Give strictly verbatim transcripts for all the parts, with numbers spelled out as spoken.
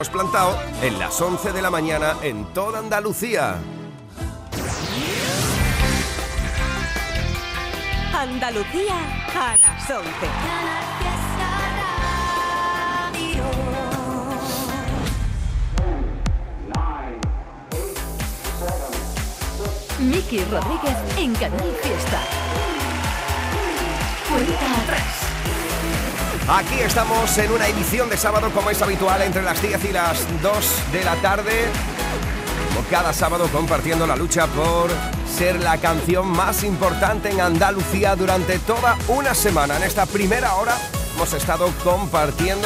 Hemos plantado en las once de la mañana en toda Andalucía. Andalucía a las once. Miki Rodríguez en Canal Fiesta. Cuenta atrás. Aquí estamos en una edición de sábado como es habitual entre las diez y las dos de la tarde. Como cada sábado compartiendo la lucha por ser la canción más importante en Andalucía durante toda una semana. En esta primera hora hemos estado compartiendo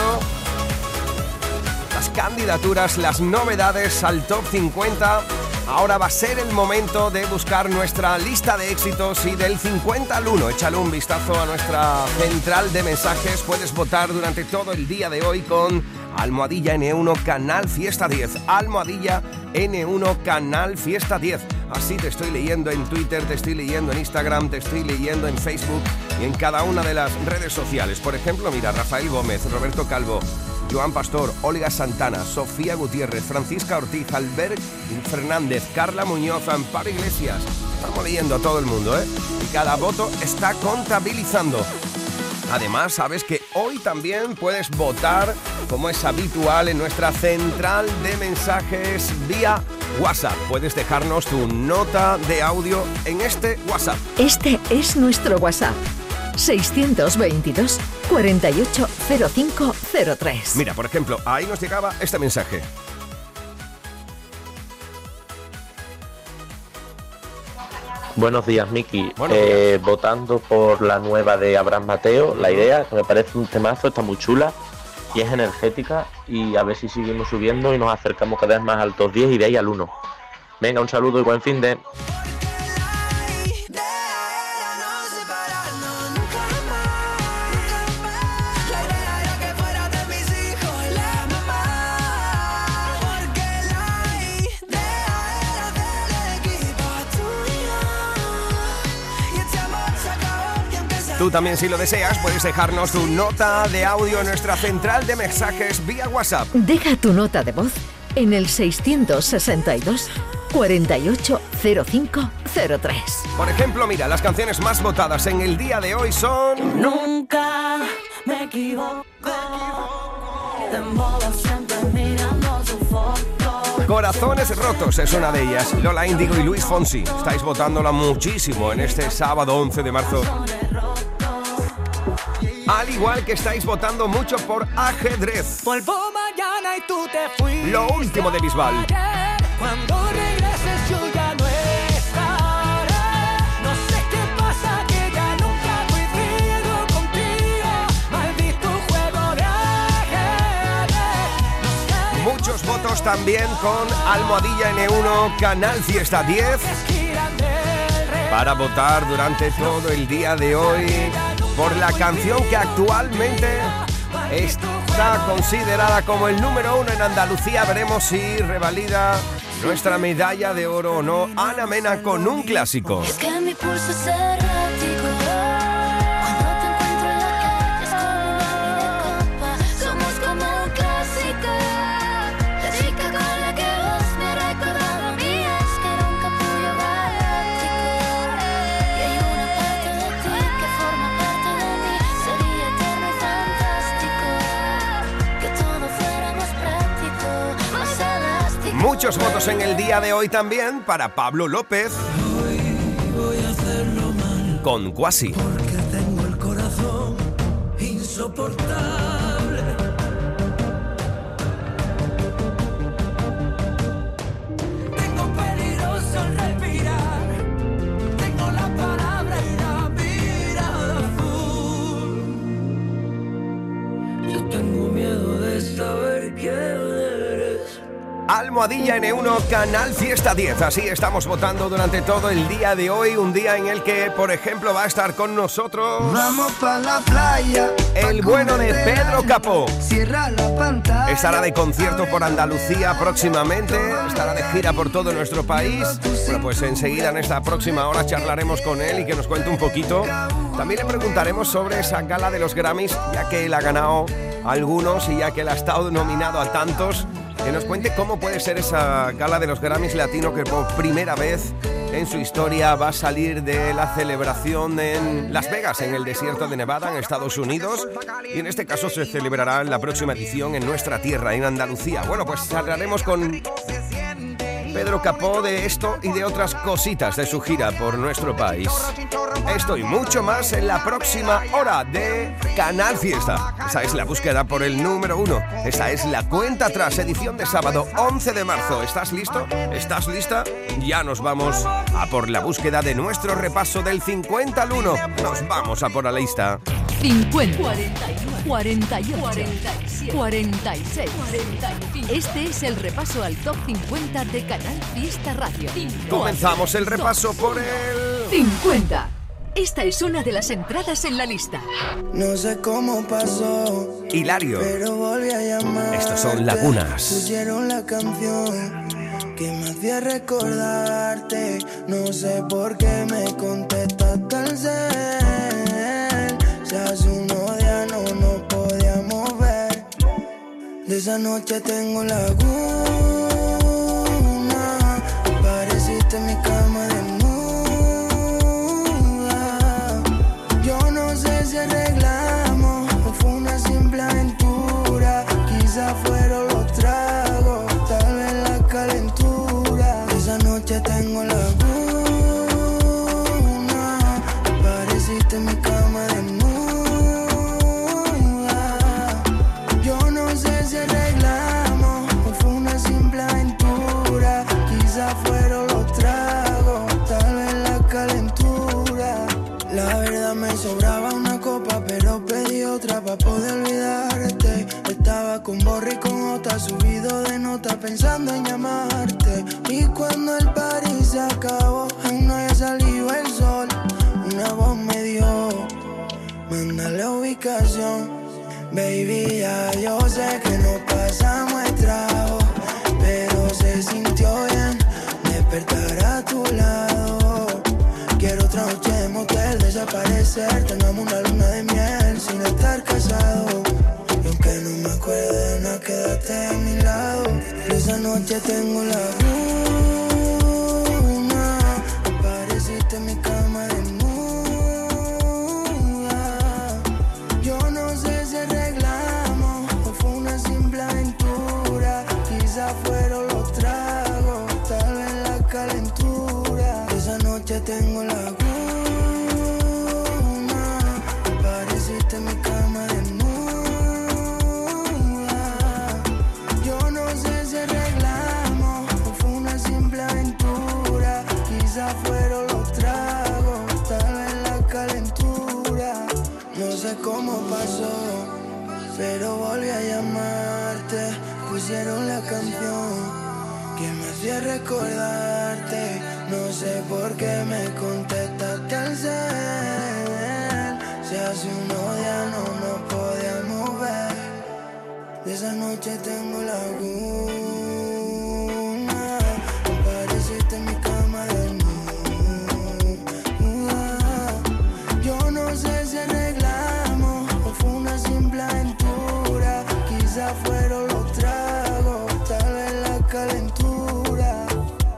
las candidaturas, las novedades al top cincuenta. Ahora va a ser el momento de buscar nuestra lista de éxitos y del cincuenta al uno. Échale un vistazo a nuestra central de mensajes. Puedes votar durante todo el día de hoy con Almohadilla ene uno Canal Fiesta diez. Almohadilla ene uno Canal Fiesta diez. Así te estoy leyendo en Twitter, te estoy leyendo en Instagram, te estoy leyendo en Facebook y en cada una de las redes sociales. Por ejemplo, mira, Rafael Gómez, Roberto Calvo, Joan Pastor, Olga Santana, Sofía Gutiérrez, Francisca Ortiz, Albert Fernández, Carla Muñoz, Amparo Iglesias. Estamos leyendo a todo el mundo, ¿eh? Y cada voto está contabilizando. Además, sabes que hoy también puedes votar, como es habitual, en nuestra central de mensajes vía WhatsApp. Puedes dejarnos tu nota de audio en este WhatsApp. Este es nuestro WhatsApp. seiscientos veintidós, cuarenta y ocho, cero cinco cero tres. Mira, por ejemplo, ahí nos llegaba este mensaje. Buenos días, Miki. Buenos eh, días. Votando por la nueva de Abraham Mateo, la idea, que me parece un temazo, está muy chula y es energética, y a ver si seguimos subiendo y nos acercamos cada vez más al top diez y de ahí al uno. Venga, un saludo y buen fin de... Tú también, si lo deseas, puedes dejarnos tu nota de audio en nuestra central de mensajes vía WhatsApp. Deja tu nota de voz en el seiscientos sesenta y dos, cuarenta y ocho, cero cinco cero tres. Por ejemplo, mira, las canciones más votadas en el día de hoy son... Nunca me equivoco. Te modo siempre mirando tu foto. Corazones rotos es una de ellas. Lola Índigo y Luis Fonsi. Estáis votándola muchísimo en este sábado once de marzo. Al igual que estáis votando mucho por Ajedrez. Vuelvo mañana y tú te fuiste. Lo último de Bisbal. Cuando regreses yo ya no estaré. No sé qué pasa, que ya nunca coincido contigo. Maldito juego de ajedrez. Muchos votos también con Almohadilla ene uno Canal Fiesta diez. Para votar durante todo el día de hoy por la canción que actualmente está considerada como el número uno en Andalucía. Veremos si revalida nuestra medalla de oro o no. Ana Mena con Un Clásico. Es que mi pulso es errático. Cuando te encuentro en la calle es como una vida copa. Somos como un clásico. La chica con la que vos me has recordado a mí es que era un capullo galáctico. Y hay una parte de ti que forma parte de mí. Sería eterno y fantástico que todo fuera más práctico, más elástico. Muchos votos en el día de hoy también para Pablo López. Voy a hacerlo mal. Con Cuasi. Porque tengo el corazón insoportable. Tengo peligroso al respirar. Tengo la palabra y la mirada azul. Yo tengo miedo de saber quién eres. Almohadilla ene uno Canal Fiesta diez. Así estamos votando durante todo el día de hoy. Un día en el que, por ejemplo, va a estar con nosotros Vamos pa' la playa. el bueno de Pedro Capó. Cierra la pantalla. Estará de concierto por Andalucía próximamente. Estará de gira por todo nuestro país. Bueno, pues enseguida en esta próxima hora charlaremos con él y que nos cuente un poquito. También le preguntaremos sobre esa gala de los Grammys, ya que él ha ganado algunos y ya que él ha estado nominado a tantos. que nos cuente cómo puede ser esa gala de los Grammys Latino que por primera vez en su historia va a salir de la celebración en Las Vegas, en el desierto de Nevada, en Estados Unidos, y en este caso se celebrará en la próxima edición en nuestra tierra, en Andalucía. Bueno, pues hablaremos con Pedro Capó de esto y de otras cositas de su gira por nuestro país. Esto y mucho más en la próxima hora de Canal Fiesta. Esa es la búsqueda por el número uno. Esa es la cuenta atrás, edición de sábado once de marzo. ¿Estás listo? ¿Estás lista? Ya nos vamos a por la búsqueda de nuestro repaso del cincuenta al uno. Nos vamos a por la lista. cincuenta, cuarenta y ocho, cuarenta y siete, cuarenta y seis, cuarenta y cinco. Este es el repaso al top cincuenta de Canal Fiesta Radio. Comenzamos el repaso por el cincuenta. Esta es una de las entradas en la lista. No sé cómo pasó, Hilario. pero volví a llamar. Estos son Lagunas. Pusieron la canción que me hacía recordarte. No sé por qué me contestaste al cel. Si hace unos días no nos podíamos ver. De esa noche tengo laguna. Pareciste mi cama de si arreglamos o fue una simple aventura. Quizás fueron los tragos, tal vez la calentura. Esa noche tengo la luna. Pareciste mi cama desnuda. Yo no sé si arreglamos o fue una simple aventura. Quizás fueron los tragos, tal vez la calentura. La verdad me sobraba una copa, pero pedí otra pa' poder olvidarte. Estaba con borra y con otra, subido de nota pensando en llamarte. Y cuando el party se acabó, aún no había salido el sol. Una voz me dio, mándale ubicación. Baby, ya yo sé que no pasamos el trago, pero se sintió bien despertar a tu lado. Quiero otra noche de motel, desaparecer. Tengamos una luna de miel sin estar casados. Y aunque no me acuerde de nada, quédate a mi lado. De esa noche tengo la luna. Apareciste en mi cama desnuda. Yo no sé si arreglamos o fue una simple aventura. Quizás fueron los tragos, tal vez la calentura. De esa noche tengo la luna. Apareciste en mi cama desnuda. Yo no sé si arreglamos o fue una simple aventura. Quizás fueron los tragos, tal vez la calentura. No sé cómo pasó, pero volví a llamarte. Pusieron la canción que me hacía recordarte. No sé por qué me contestaste al cel. Si hace unos días no nos podíamos ver. De esa noche tengo laguna. Apareciste en mi cama desnuda. Yo no sé si arreglamos o fue una simple aventura. Quizás fueron los tragos, tal vez la calentura.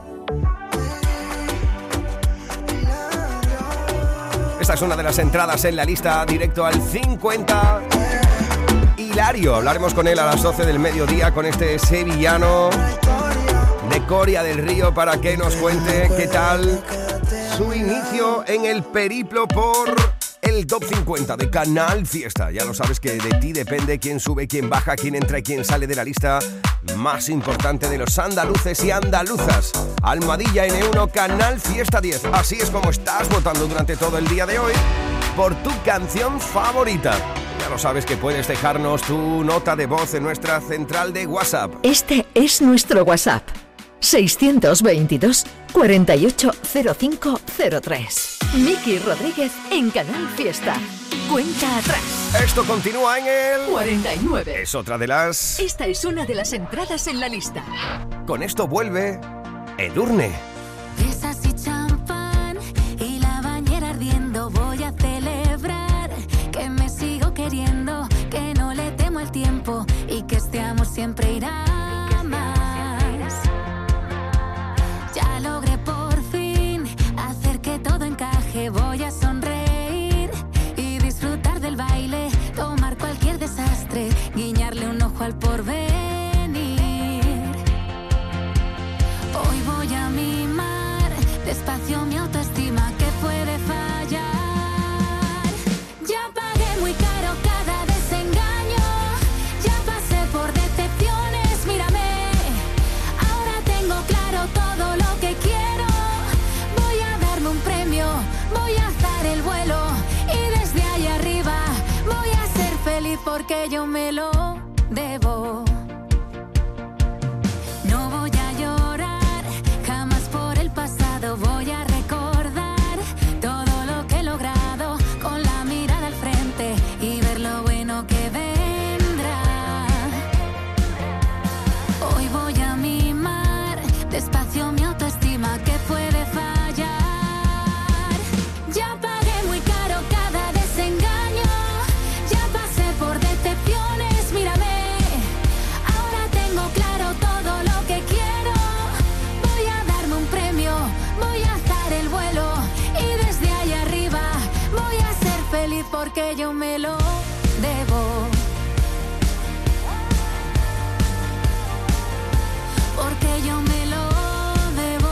Esta es una de las entradas en la lista directo al cincuenta. Hilario, hablaremos con él a las doce del mediodía con este sevillano de Coria del Río para que nos cuente qué tal su inicio en el periplo por el top cincuenta de Canal Fiesta. Ya lo sabes que de ti depende quién sube, quién baja, quién entra y quién sale de la lista más importante de los andaluces y andaluzas. Almohadilla ene uno, Canal Fiesta diez. Así es como estás votando durante todo el día de hoy por tu canción favorita. Ya lo sabes que puedes dejarnos tu nota de voz en nuestra central de WhatsApp. Este es nuestro WhatsApp. seiscientos veintidós, cuarenta y ocho, cero cinco cero tres. Miki Rodríguez en Canal Fiesta. Cuenta atrás. Esto continúa en el cuarenta y nueve. Es otra de las... Esta es una de las entradas en la lista. Con esto vuelve Edurne. Besas y champán y la bañera ardiendo. Voy a celebrar que me sigo queriendo, que no le temo al tiempo y que este amor siempre irá más. porque yo me lo debo. No voy a llorar jamás por el pasado, voy a recordar todo lo que he logrado con la mirada al frente y ver lo bueno que vendrá. Hoy voy a mimar despacio mi autoestima que puede fallar. Ya pagué muy caro cada desengaño, ya pasé por decepciones, mírame. Ahora tengo claro todo lo que quiero. Voy a darme un premio, voy a alzar el vuelo y desde ahí arriba voy a ser feliz porque yo me lo debo. Porque yo me lo debo.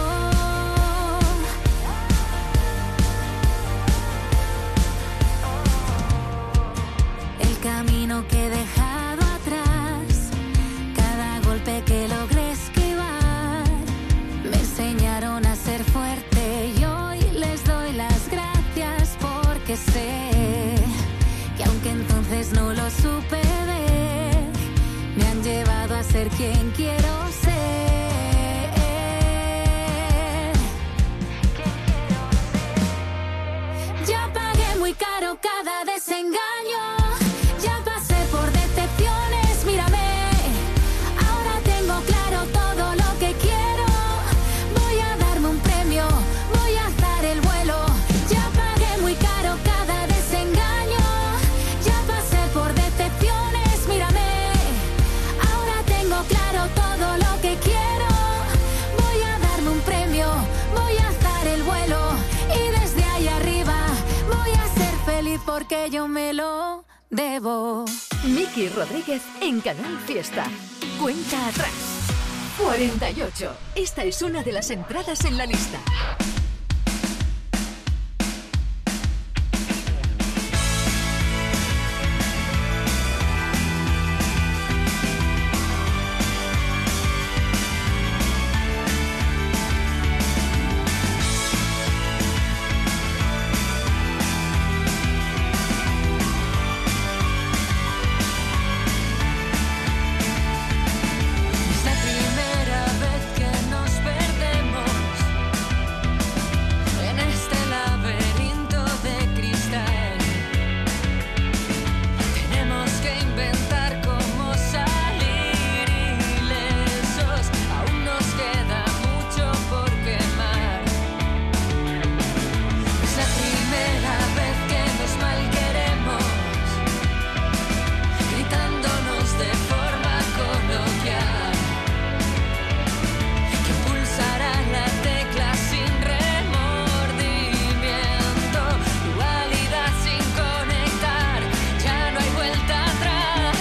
El camino que he dejado atrás, cada golpe que logré esquivar, me enseñaron a ser fuerte y hoy les doy las gracias porque sé que aunque entonces no lo supe ver, me han llevado a ser quien quiero ser. Ya pagué muy caro cada desengaño, ya pasé por decepciones, mírame. Ahora tengo claro todo lo que quiero. Voy a darme un premio, voy a alzar el vuelo. Ya pagué muy caro cada desengaño, ya pasé por decepciones, mírame. Ahora tengo claro todo lo que quiero. Voy a darme un premio, voy a alzar el vuelo y desde ahí arriba voy a ser feliz porque yo me lo debo. Miki Rodríguez en Canal Fiesta. Cuenta atrás. cuarenta y ocho. Esta es una de las entradas en la lista. Es la primera vez que nos perdemos en este laberinto de cristal. Tenemos que inventar cómo salir ilesos. Aún nos queda mucho por quemar. Es la primera vez que nos malqueremos, gritándonos de forma coloquial, que pulsará la tecla sin remordimiento, dualidad sin conectar, ya no hay vuelta atrás.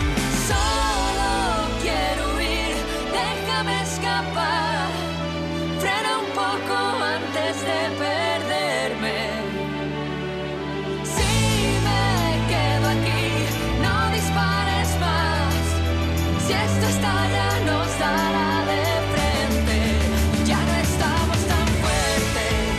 Solo quiero huir, déjame escapar, frena un poco antes de perderme. Si me quedo aquí, no dispares más. Si esto estalla, nos dará de frente. Ya no estamos tan fuertes.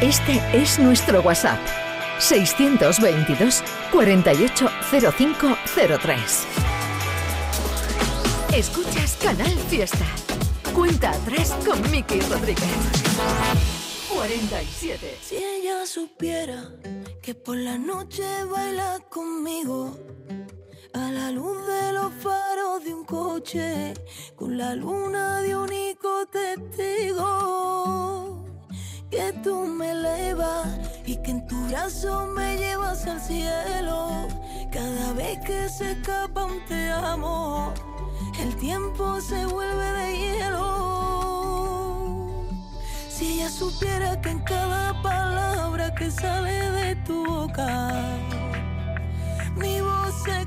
Este es nuestro WhatsApp. seiscientos veintidós, cuarenta y ocho, cero cinco cero tres. Escuchas Canal Fiesta. Cuenta atrás con Miki Rodríguez. cuarenta y siete. Si ella supiera que por la noche baila conmigo, a la luz de los faros de un coche, con la luna de único testigo, que tú me elevas y que en tu brazo me llevas al cielo. Cada vez que se escapa un te amo, el tiempo se vuelve de hielo. Si ella supiera que en cada palabra que sale de tu boca, mi voz se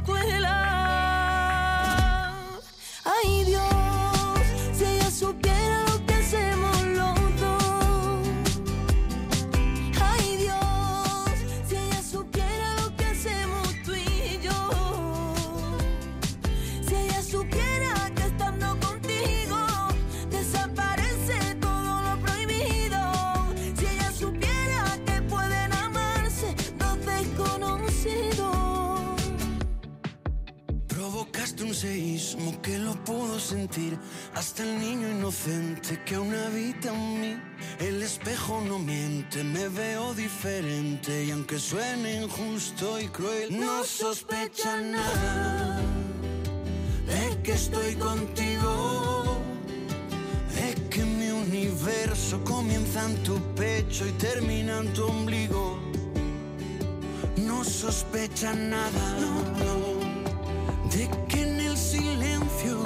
cuela. Ay Dios, si ella supiera lo que hacemos los dos. Ay Dios, si ella supiera lo que hacemos tú y yo. Si ella supiera que estando contigo desaparece todo lo prohibido. Si ella supiera que pueden amarse dos desconocidos. Provocaste un seísmo que lo pudo sentir hasta el niño inocente que aún habita en mí. El espejo no miente, me veo diferente y aunque suene injusto y cruel, no sospecha nada de que estoy contigo, de que mi universo comienza en tu pecho y termina en tu ombligo. No sospecha nada, no, no, de que en el silencio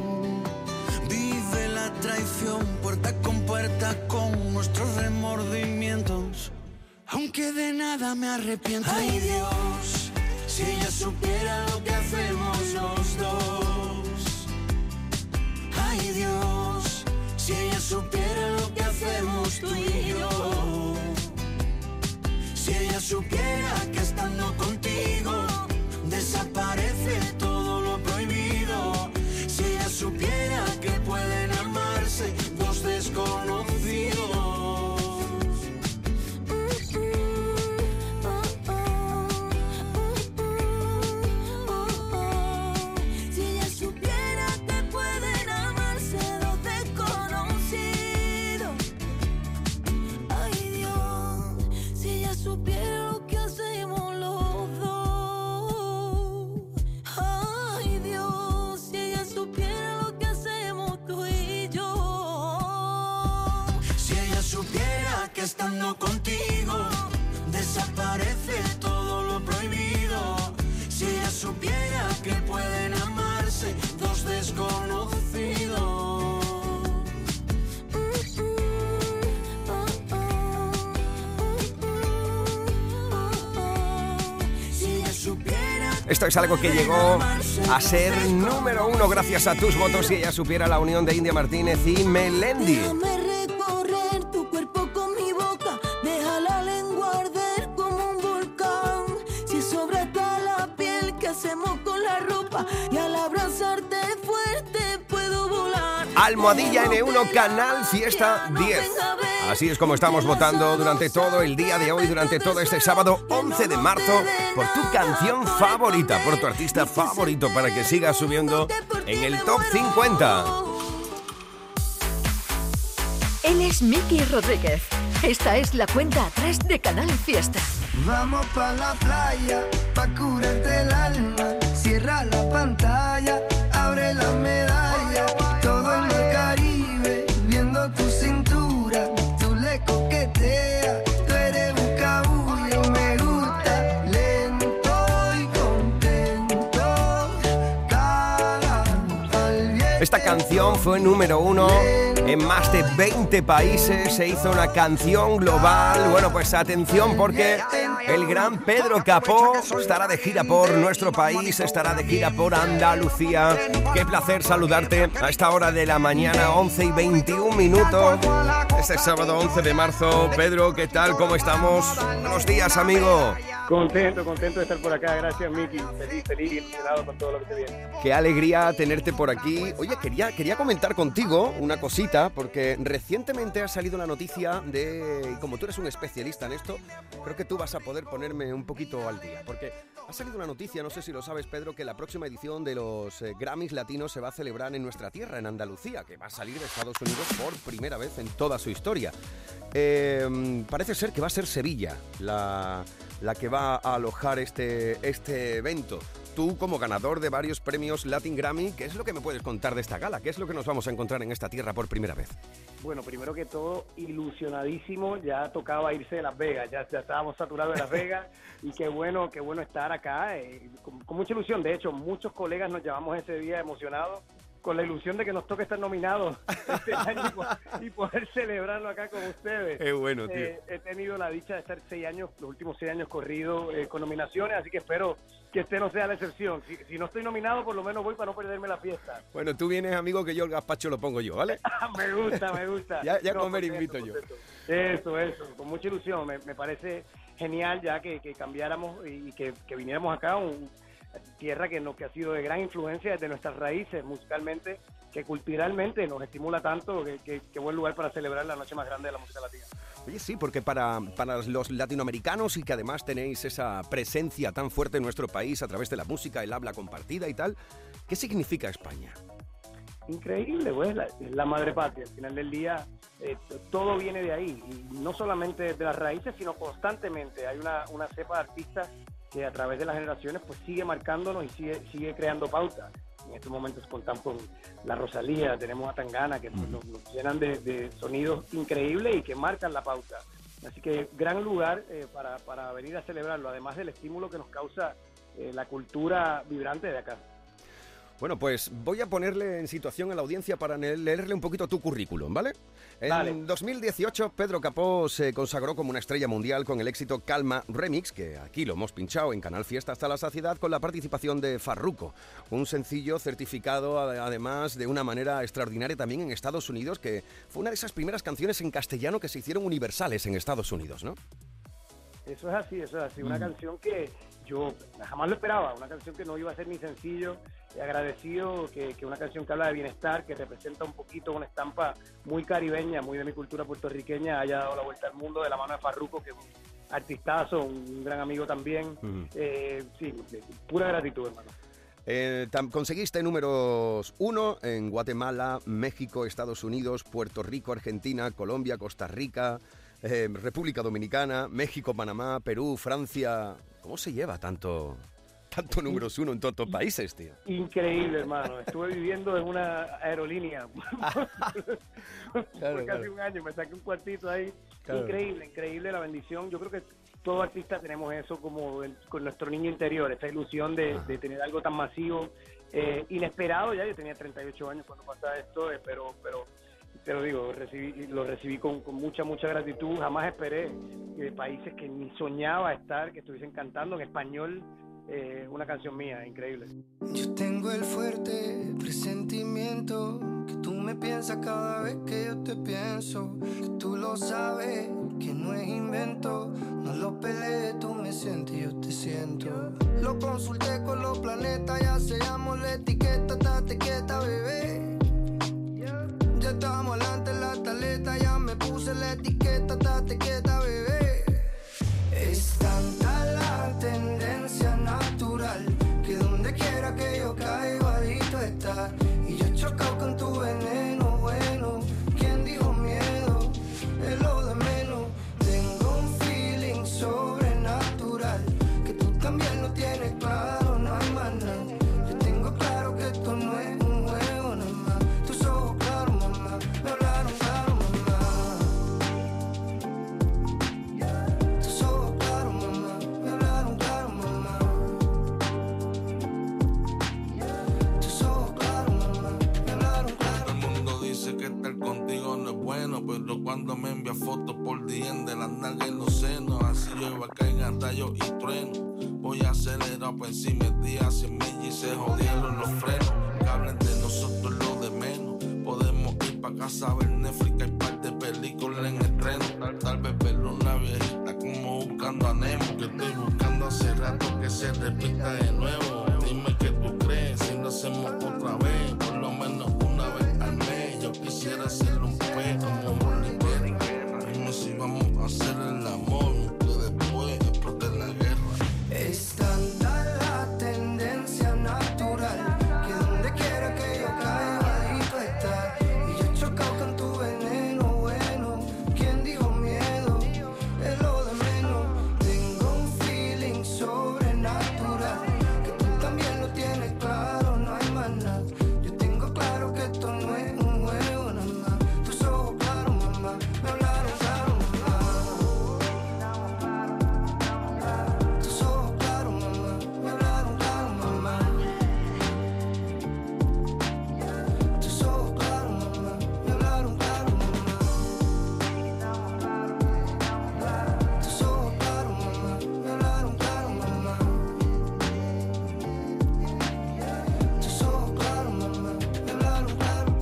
vive la traición, puerta con puerta con nuestros remordimientos, aunque de nada me arrepiento. Ay Dios, si ella supiera lo que hacemos los dos. Ay Dios, si ella supiera lo que hacemos tú y yo. Si ella supiera que estando contigo desaparece todo lo prohibido. Si ella supiera que pueden amarse dos desconocidos. Si ella supiera que pueden amarse dos desconocidos. Ay Dios, si ella supiera lo que hacemos los dos. Ay Dios, si ella supiera lo que hacemos tú y yo. Si ella supiera que estando contigo desaparece todo lo prohibido. Si ella supiera que pueden amarse dos desconocidos. Si ella supiera. Esto es algo que llegó a ser número uno gracias a tus votos. Si ella supiera, la unión de India Martínez y Melendi. Déjame recorrer tu cuerpo con mi boca, deja la lengua arder como un volcán. Si sobra hasta la piel, ¿qué hacemos con la ropa? Y al abrazarte fuerte puedo volar. Almohadilla N uno, Canal Fiesta diez. Así es como estamos votando durante todo el día de hoy, durante todo este sábado once de marzo, por tu canción favorita, por tu artista favorito, para que sigas subiendo en el top cincuenta. Él es Miki Rodríguez. Esta es la cuenta atrás de Canal Fiesta. Vamos pa' la playa, pa' curarte el alma. Cierra la pantalla, abre la medalla. Todo en el Caribe, viendo tu cintura. Tú le coqueteas, tú eres un cabullo. Me gusta lento y contento. Cada al viento. Esta canción fue número uno en más de veinte países. Se hizo una canción global. Bueno, pues atención porque El gran Pedro Capó estará de gira por nuestro país, estará de gira por Andalucía. Qué placer saludarte a esta hora de la mañana, once y veintiún minutos. Este sábado once de marzo. Pedro, ¿qué tal? ¿Cómo estamos? Buenos días, amigo. Contento, contento de estar por acá. Gracias, Miki. Feliz, feliz y emocionado con todo lo que se viene. Qué alegría tenerte por aquí. Oye, quería, quería comentar contigo una cosita, porque recientemente ha salido la noticia de... Y como tú eres un especialista en esto, creo que tú vas a poder ponerme un poquito al día. Porque ha salido una noticia, no sé si lo sabes, Pedro, que la próxima edición de los eh, Grammys Latinos se va a celebrar en nuestra tierra, en Andalucía, que va a salir de Estados Unidos por primera vez en toda su historia. Eh, parece ser que va a ser Sevilla la... la que va a alojar este, este evento. Tú, como ganador de varios premios Latin Grammy, ¿qué es lo que me puedes contar de esta gala? ¿Qué es lo que nos vamos a encontrar en esta tierra por primera vez? Bueno, primero que todo, ilusionadísimo. Ya tocaba irse de Las Vegas, ya, ya estábamos saturados de Las Vegas y qué bueno, qué bueno estar acá, eh, con, con mucha ilusión. De hecho, muchos colegas nos llamamos ese día emocionados, con la ilusión de que nos toque estar nominados este año y poder celebrarlo acá con ustedes. Qué bueno, tío. Eh, he tenido la dicha de estar seis años, los últimos seis años corridos eh, con nominaciones, así que espero que este no sea la excepción. Si, si no estoy nominado, por lo menos voy para no perderme la fiesta. Bueno, tú vienes, amigo, que yo el gazpacho lo pongo yo, ¿vale? Me gusta, me gusta. ya ya no, comer contento, invito contento. yo. Eso, eso, con mucha ilusión. Me, me parece genial ya que, que cambiáramos y que, que viniéramos acá, un, tierra que, no, que ha sido de gran influencia desde nuestras raíces musicalmente, que culturalmente nos estimula tanto, que, que, que buen lugar para celebrar la noche más grande de la música latina. Oye, sí, porque para, para los latinoamericanos y que además tenéis esa presencia tan fuerte en nuestro país a través de la música, el habla compartida y tal, ¿qué significa España? Increíble, pues, la, la madre patria. Al final del día, eh, todo viene de ahí, y no solamente de las raíces, sino constantemente. Hay una, una cepa de artistas que a través de las generaciones pues sigue marcándonos y sigue, sigue creando pautas. En estos momentos contamos con la Rosalía, tenemos a Tangana, que pues, nos, nos llenan de, de sonidos increíbles y que marcan la pauta. Así que gran lugar eh, para, para venir a celebrarlo, además del estímulo que nos causa eh, la cultura vibrante de acá. Bueno, pues voy a ponerle en situación a la audiencia para leerle un poquito tu currículum, ¿vale? En Vale. dos mil dieciocho, Pedro Capó se consagró como una estrella mundial con el éxito Calma Remix, que aquí lo hemos pinchado en Canal Fiesta hasta la saciedad, con la participación de Farruko. Un sencillo certificado, además, de una manera extraordinaria también en Estados Unidos, que fue una de esas primeras canciones en castellano que se hicieron universales en Estados Unidos, ¿no? Eso es así, eso es así. Una canción que yo jamás lo esperaba, una canción que no iba a ser ni sencillo. He agradecido que, que una canción que habla de bienestar, que representa un poquito una estampa muy caribeña, muy de mi cultura puertorriqueña, haya dado la vuelta al mundo de la mano de Farruko, que es un artistazo, un gran amigo también. Uh-huh. eh, sí, pura gratitud, hermano. Eh, tam- conseguiste números uno en Guatemala, México, Estados Unidos, Puerto Rico, Argentina, Colombia, Costa Rica, eh, República Dominicana, México, Panamá, Perú, Francia. ¿Cómo se lleva tanto, tanto números uno en todos estos países, tío? Increíble, hermano. Estuve viviendo en una aerolínea por claro, casi claro. un año. Me saqué un cuartito ahí. Claro. Increíble, increíble la bendición. Yo creo que todo artista tenemos eso como el, con nuestro niño interior, esta ilusión de, de tener algo tan masivo, eh, inesperado. Ya yo tenía treinta y ocho años cuando pasaba esto, eh, pero pero te lo digo, recibí, lo recibí con, con mucha, mucha gratitud. Jamás esperé que países que ni soñaba estar, que estuviesen cantando en español eh, una canción mía, increíble. Yo tengo el fuerte presentimiento que tú me piensas cada vez que yo te pienso, que tú lo sabes, que no es invento, no lo pelees, tú me sientes y yo te siento. Lo consulté con los planetas, ya sellamos la etiqueta, date quieta, bebé. Ya estamos adelante en la taleta, ya me puse la etiqueta, date quieta, bebé. Es tanta la tendencia natural que donde quiera que yo caiga, adicto está. Y yo he chocado con tu veneno, bueno, ¿quién dijo miedo? Es lo de menos. Tengo un feeling sobrenatural que tú también lo tienes claro, no hay más nada. Yo tengo claro que esto no es un juego, nada más. Tus ojos claros, mamá, me hablaron claro, mamá. Tus ojos claros, mamá, me hablaron claro, mamá. Tus ojos claros, mamá, me hablaron claro. Todo el mundo dice que estar contigo no es bueno, pero cuando me envía fotos por D M de las nalgas y los senos, así yo iba a caer hasta yo rayo y trueno. Voy a acelerar por encima el día cien mil y se jodieron los frenos. Que hablen de nosotros lo de menos. Podemos ir pa' casa a ver Netflix, hay par de películas en estreno. Tal, tal vez verlo una viejita como buscando a Nemo. Que estoy buscando hace rato que se repita de nuevo. Dime qué tú crees si lo hacemos otra vez. Por lo menos una vez al mes. Yo quisiera hacerlo un pez como Bolívar. Dime si vamos a hacer el amor que después explote la guerra. Es tanta la tendencia natural que donde quiera que yo caiga ahí tú estás. Y yo he chocado con tu veneno, bueno, ¿quién dijo miedo? Es lo de menos. Tengo un feeling sobrenatural que tú también lo tienes claro, no hay más nada. Yo tengo claro que esto no es un juego nada más. Tus ojos claros, mamá, me hablaron claro, mamá. Tus ojos claros, mamá, me hablaron claro, mamá. Tus ojos claros, mamá, me hablaron claro, mamá. Tus ojos claros, mamá, me hablaron claro, mamá. Tus ojos claros, mamá, me hablaron claro.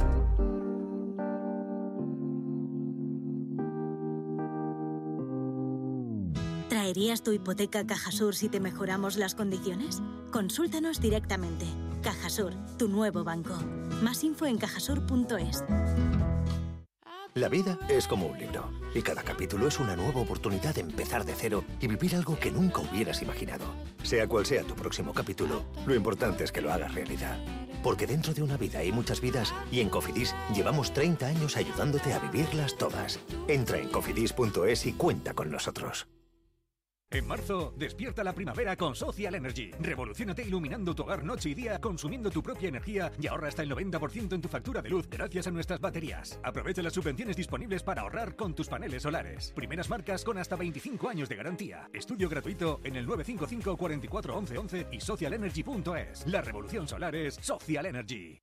¿Traerías tu hipoteca a Cajasur si te mejoramos las condiciones? Consúltanos directamente. Cajasur, tu nuevo banco. Más info en cajasur punto es. La vida es como un libro, y cada capítulo es una nueva oportunidad de empezar de cero y vivir algo que nunca hubieras imaginado. Sea cual sea tu próximo capítulo, lo importante es que lo hagas realidad. Porque dentro de una vida hay muchas vidas, y en Cofidis llevamos treinta años ayudándote a vivirlas todas. Entra en cofidis punto es y cuenta con nosotros. En marzo, despierta la primavera con Social Energy. Revoluciónate iluminando tu hogar noche y día, consumiendo tu propia energía y ahorra hasta el noventa por ciento en tu factura de luz gracias a nuestras baterías. Aprovecha las subvenciones disponibles para ahorrar con tus paneles solares. Primeras marcas con hasta veinticinco años de garantía. Estudio gratuito en el nueve cinco cinco, cuatro cuatro, once once y social energy punto es. La revolución solar es Social Energy.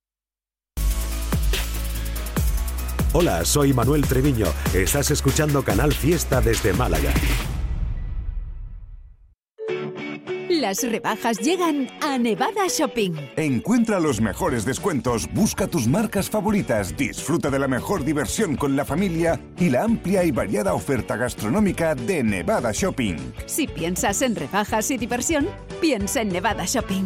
Hola, soy Manuel Treviño. Estás escuchando Canal Fiesta desde Málaga. Las rebajas llegan a Nevada Shopping. Encuentra los mejores descuentos, busca tus marcas favoritas, disfruta de la mejor diversión con la familia y la amplia y variada oferta gastronómica de Nevada Shopping. Si piensas en rebajas y diversión, piensa en Nevada Shopping.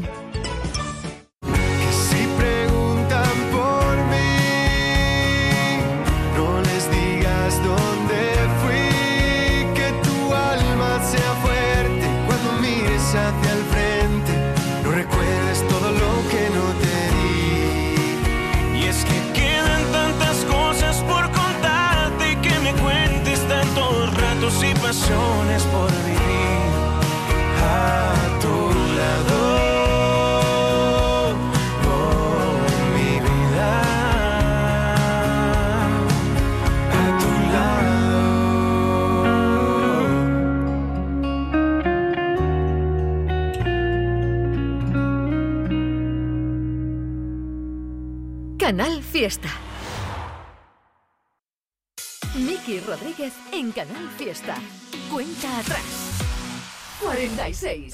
Si preguntan por mí, no les digas dónde fui, que tu alma sea fuerte cuando mires hacia el frente, no recuerdes todo lo que no te di. Y es que quedan tantas cosas por contarte y que me cuentes tantos ratos y pasiones por vivir a tu lado. Canal Fiesta. Miki Rodríguez en Canal Fiesta. Cuenta atrás. cuarenta y seis.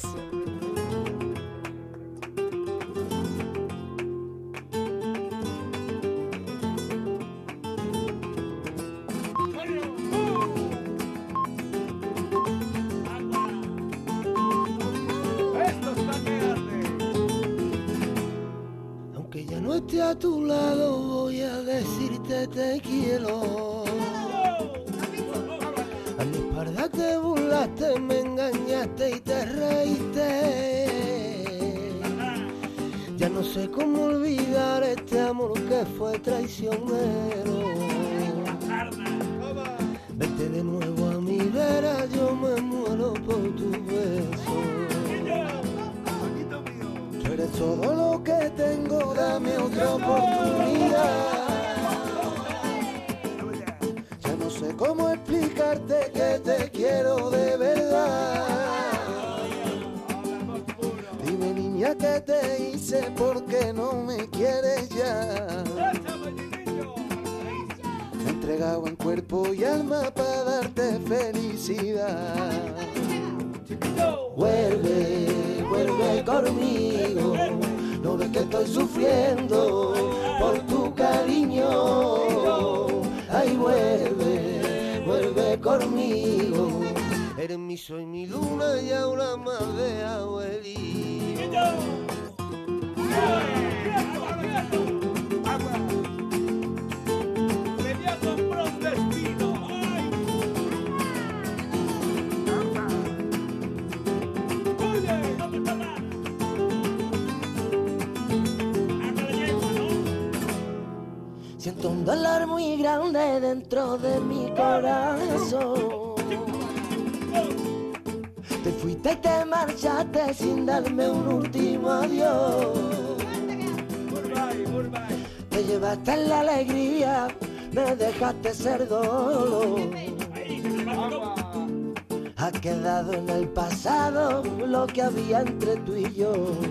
Esté a tu lado, voy a decirte te quiero. A mi espalda te burlaste, me engañaste y te reíste. Ya no sé cómo olvidar este amor que fue traicionero. Vete de nuevo a mi vera, yo me muero por tu beso. Tú eres todo lo que tengo, dame otra oportunidad. Ya no sé cómo explicarte que te quiero de verdad. Dime niña qué te hice, porque no me quieres ya. Me he entregado en cuerpo y alma para darte felicidad. Vuelve, vuelve conmigo. No ves que estoy sufriendo por tu cariño. Ay, vuelve, vuelve conmigo. Eres mi sol, mi luna y ahora más de abuelito. Siento un dolor muy grande dentro de mi corazón. Te fuiste y te marchaste sin darme un último adiós. Te llevaste en la alegría, me dejaste ser dolor. Ha quedado en el pasado lo que había entre tú y yo.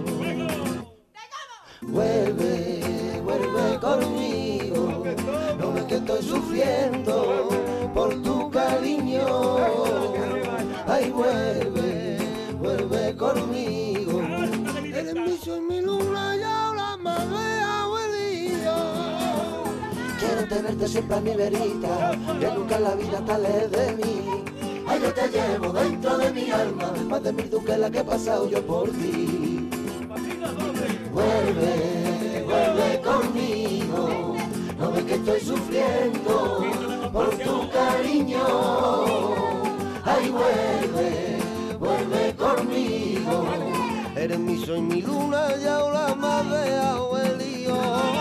Vuelve, vuelve conmigo. No ves que estoy sufriendo por tu cariño. Ay, vuelve, vuelve conmigo. Eres mi sol, mi luna y ahora más de abuelillo. Quiero tenerte siempre a mi verita, que nunca en la vida te alejes de mí. Ay, yo te llevo dentro de mi alma, más de mil duques la que he pasado yo por ti. Vuelve, vuelve conmigo. No ves que estoy sufriendo por tu cariño. Ay, vuelve, vuelve conmigo. Eres mi sol, mi luna y ahora más de abuelillo.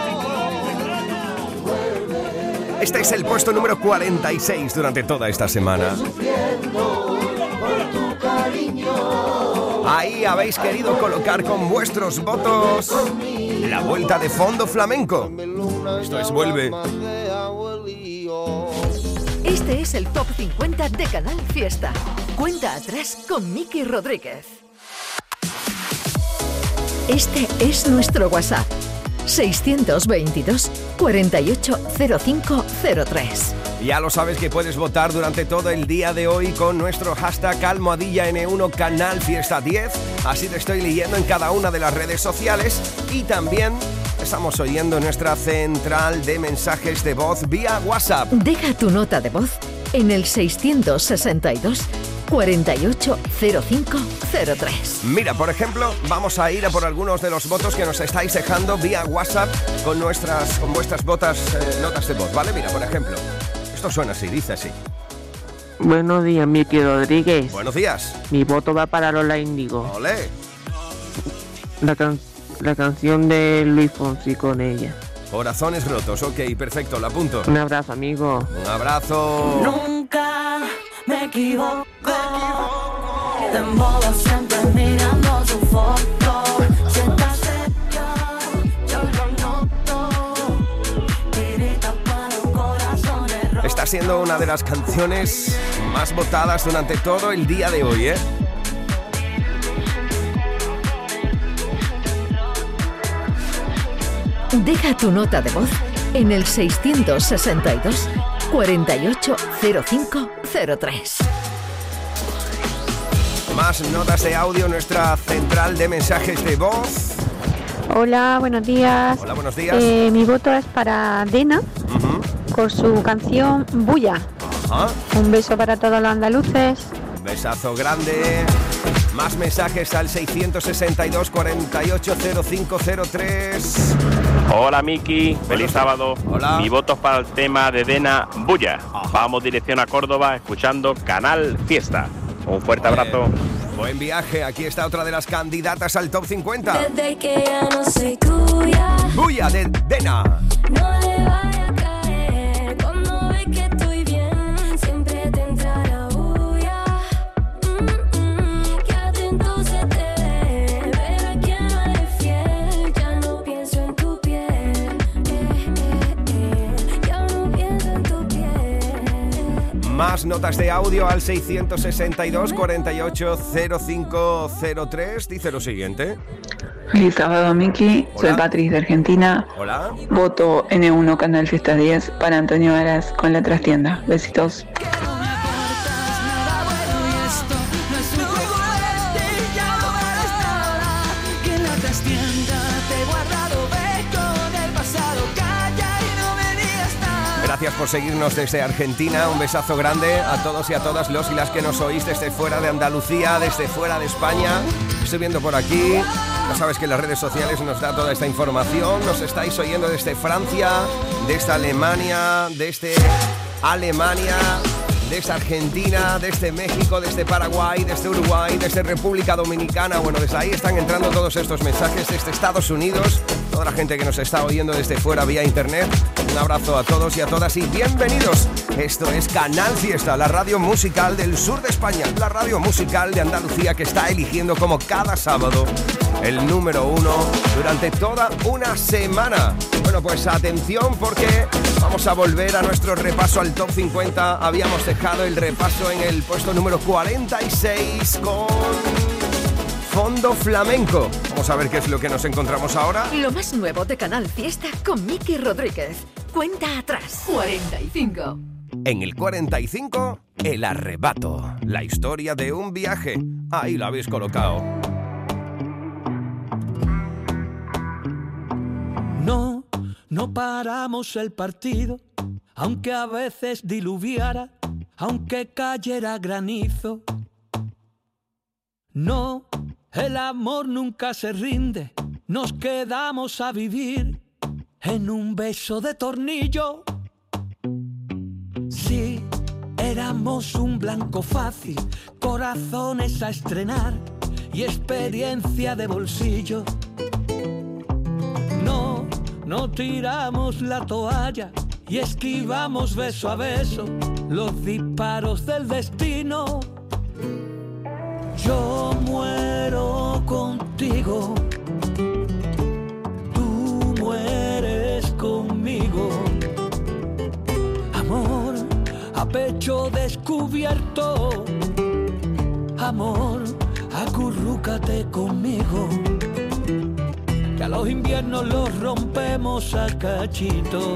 Vuelve. Este es el puesto número cuarenta y seis durante toda esta semana. Sufriendo por tu cariño. Ahí habéis querido colocar con vuestros votos la vuelta de fondo flamenco. Esto es Vuelve. Este es el Top cincuenta de Canal Fiesta. Cuenta atrás con Miki Rodríguez. Este es nuestro WhatsApp. seiscientos veintidós, cuarenta y ocho, cero cinco cero tres. Ya lo sabes que puedes votar durante todo el día de hoy con nuestro hashtag almohadilla ene uno Canal Fiesta diez. Así te estoy leyendo en cada una de las redes sociales y también estamos oyendo nuestra central de mensajes de voz vía WhatsApp. Deja tu nota de voz en el seiscientos sesenta y dos, cuarenta y ocho, cero cinco cero tres. Mira, por ejemplo, vamos a ir a por algunos de los votos que nos estáis dejando vía WhatsApp con nuestras, con vuestras botas, eh, notas de voz, ¿vale? Mira, por ejemplo, esto suena así, dice así. Buenos días, Miki Rodríguez. Buenos días. Mi voto va para Lola Índigo. Olé. La, can- la canción de Luis Fonsi con ella. Corazones rotos, ok, perfecto, lo apunto. Un abrazo, amigo. Un abrazo. Nunca me equivoco. Te modo siempre mirando tu foto. Si estás cerca, yo lo noto. Tirita para los corazones rotos. Está siendo una de las canciones más votadas durante todo el día de hoy, ¿eh? Deja tu nota de voz en el seiscientos sesenta y dos, cuarenta y ocho, cero cinco cero tres. Más notas de audio, nuestra central de mensajes de voz. Hola, buenos días. Hola, buenos días. Eh, mi voto es para Dena, Uh-huh. con su canción Bulla. Ajá. Un beso para todos los andaluces. Besazo grande. Más mensajes al seiscientos sesenta y dos, cuarenta y ocho, cero cinco cero tres. Hola Miki, feliz sábado. Hola. Mi voto es para el tema de Dena Bulla. Vamos dirección a Córdoba escuchando Canal Fiesta. Un fuerte Oye, abrazo. Buen viaje, aquí está otra de las candidatas al Top cincuenta. Desde que ya no soy tuya, Bulla de Dena. no le vaya a caer. Cuando ve que estoy bien, siempre te entra la bulla. Mm, mm, que atento se te ve, pero a quien no eres fiel, ya no pienso en tu piel. Eh, eh, eh, ya no pienso en tu piel. Más notas de audio al seiscientos sesenta y dos, cuarenta y ocho, cero cinco cero tres. Dice lo siguiente. Feliz sábado, Miki. Soy Hola. Patriz de Argentina. Hola. Voto ene uno Canal Fiesta diez para Antonio Aras con la trastienda. Besitos. No me cortas nada bueno y esto no es un juego Gracias por seguirnos desde Argentina. Un besazo grande a todos y a todas los y las que nos oís desde fuera de Andalucía, desde fuera de España. Estoy viendo por aquí. Ya sabes que las redes sociales nos da toda esta información. Nos estáis oyendo desde Francia, desde Alemania, desde Alemania, desde Argentina, desde México, desde Paraguay, desde Uruguay, desde República Dominicana. Bueno, desde ahí están entrando todos estos mensajes, desde Estados Unidos, toda la gente que nos está oyendo desde fuera vía internet. Un abrazo a todos y a todas y bienvenidos. Esto es Canal Fiesta, la radio musical del sur de España, la radio musical de Andalucía que está eligiendo como cada sábado el número uno durante toda una semana. Bueno, pues atención porque vamos a volver a nuestro repaso al top cincuenta. Habíamos dejado el repaso en el puesto número cuarenta y seis con Fondo Flamenco. Vamos a ver qué es lo que nos encontramos ahora. Lo más nuevo de Canal Fiesta con Miki Rodríguez. Cuenta atrás. cuarenta y cinco. En el cuarenta y cinco, El Arrebato. La historia de un viaje. Ahí lo habéis colocado. No, no paramos el partido, aunque a veces diluviara, aunque cayera granizo. No, el amor nunca se rinde, nos quedamos a vivir en un beso de tornillo. Sí, éramos un blanco fácil, corazones a estrenar y experiencia de bolsillo. No, no tiramos la toalla y esquivamos beso a beso los disparos del destino. Yo muero contigo, tú mueres conmigo. Amor a pecho descubierto, amor, acurrúcate conmigo. Que a los inviernos los rompemos a cachito.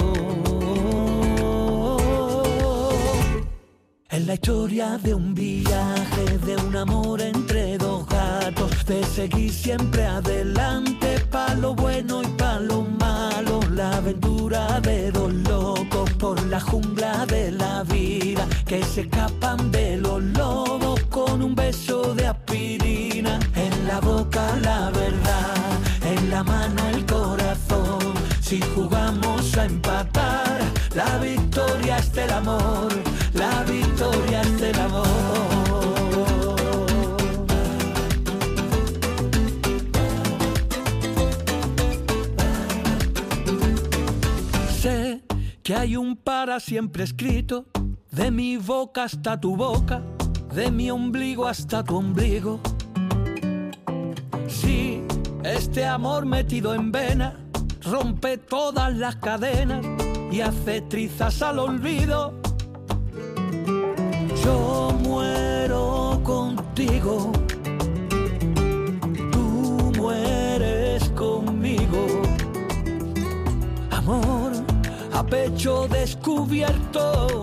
Es la historia de un viaje, de un amor entre dos gatos, de seguir siempre adelante, pa' lo bueno y pa' lo malo. La aventura de dos locos por la jungla de la vida, que se escapan de los lobos con un beso de aspirina. En la boca la verdad, en la mano el corazón. Si jugamos a empatar, la victoria es del amor, la victoria es del amor. Sé que hay un para siempre escrito, de mi boca hasta tu boca, de mi ombligo hasta tu ombligo. Sí, este amor metido en vena rompe todas las cadenas y hace trizas al olvido. Yo muero contigo, tú mueres conmigo. Amor a pecho descubierto,